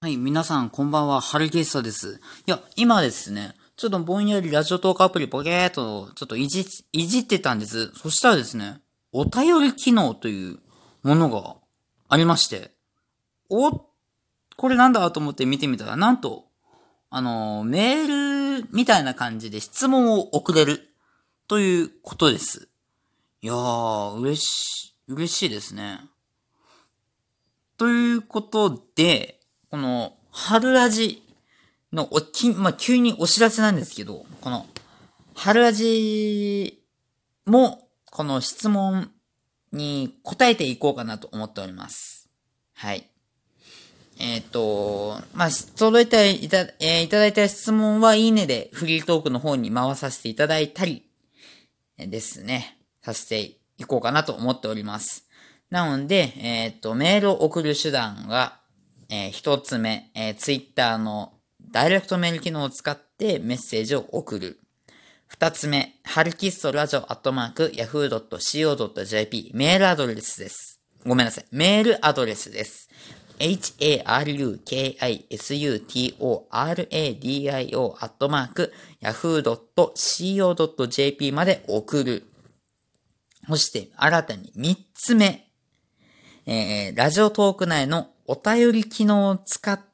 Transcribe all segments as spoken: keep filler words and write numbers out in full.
はい、皆さん、こんばんは、ハルキストです。いや、今ですね、ちょっとぼんやりラジオトークアプリポケーっと、ちょっといじ、いじってたんです。そしたらですね、お便り機能というものがありまして、お、これなんだと思って見てみたら、なんと、あの、メールみたいな感じで質問を送れるということです。いやー、嬉し、嬉しいですね。ということで、この、春ラジのおき、まあ、急にお知らせなんですけど、この、春ラジも、この質問に答えていこうかなと思っております。はい。えっ、と、まあ、届いたいた、えーいただいた質問は、いいねでフリートークの方に回させていただいたり、ですね、させていこうかなと思っております。なので、えっ、と、メールを送る手段が、えー一つ目、えー、ツイッターのダイレクトメール機能を使ってメッセージを送る。二つ目、ハルキストラジオアットマーク、ヤフー ドット シーオー ドット ジェーピー、メールアドレスです。ごめんなさい。メールアドレスです。harukistudio アットマーク、ヤフー ドット シーオー ドット ジェーピー まで送る。そして、新たに三つ目、えー、ラジオトーク内のお便り機能を使って、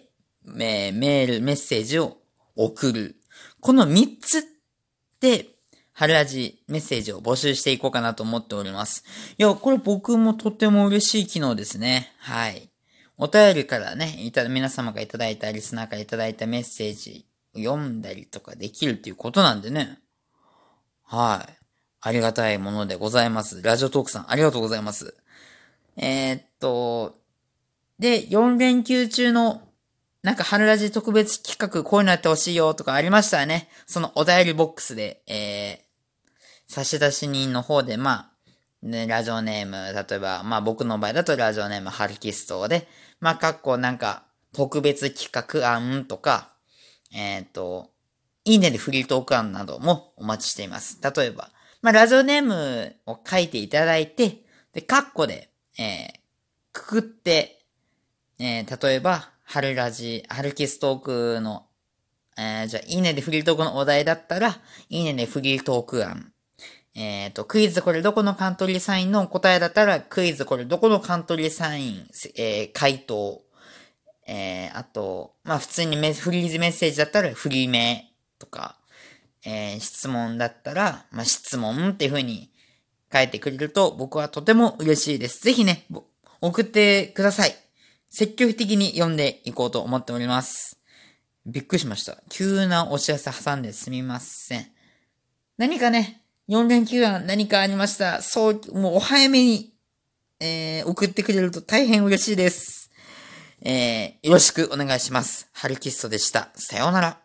えー、メール、メッセージを送る。この三つで、春ラジメッセージを募集していこうかなと思っております。いや、これ僕もとても嬉しい機能ですね。はい。お便りからね、いた、皆様がいただいた、リスナーからいただいたメッセージを読んだりとかできるっていうことなんでね。はい。ありがたいものでございます。ラジオトークさん、ありがとうございます。えーっと、で、よん連休中の、なんか春ラジ特別企画こういうのやってほしいよとかありましたらね。そのお便りボックスで、えー、差出人の方で、まあ、ね、ラジオネーム、例えば、まあ僕の場合だとラジオネームハルキストで、まあ、かっこなんか、特別企画案とか、えーっと、いいねでフリートーク案などもお待ちしています。例えば、まあ、ラジオネームを書いていただいて、で、カッコで、えー、くくって、えー、例えば、春ラジ、春キストークの、えー、じゃあ、いいねでフリートークのお題だったら、いいねでフリートーク案。えっ、と、クイズこれどこのカントリーサインの答えだったら、クイズこれどこのカントリーサイン、えー、回答。えー、あと、まあ、普通にメフリーズメッセージだったら、フリー名とか、えー、質問だったら、まあ、質問っていう風に書いてくれると、僕はとても嬉しいです。ぜひね、送ってください。積極的に読んでいこうと思っております。びっくりしました。急なお知らせ挟んですみません。何かね、よん連休は何かありました。そう、もうお早めに、えー、送ってくれると大変嬉しいです。えー、よろしくお願いします。ハルキストでした。さようなら。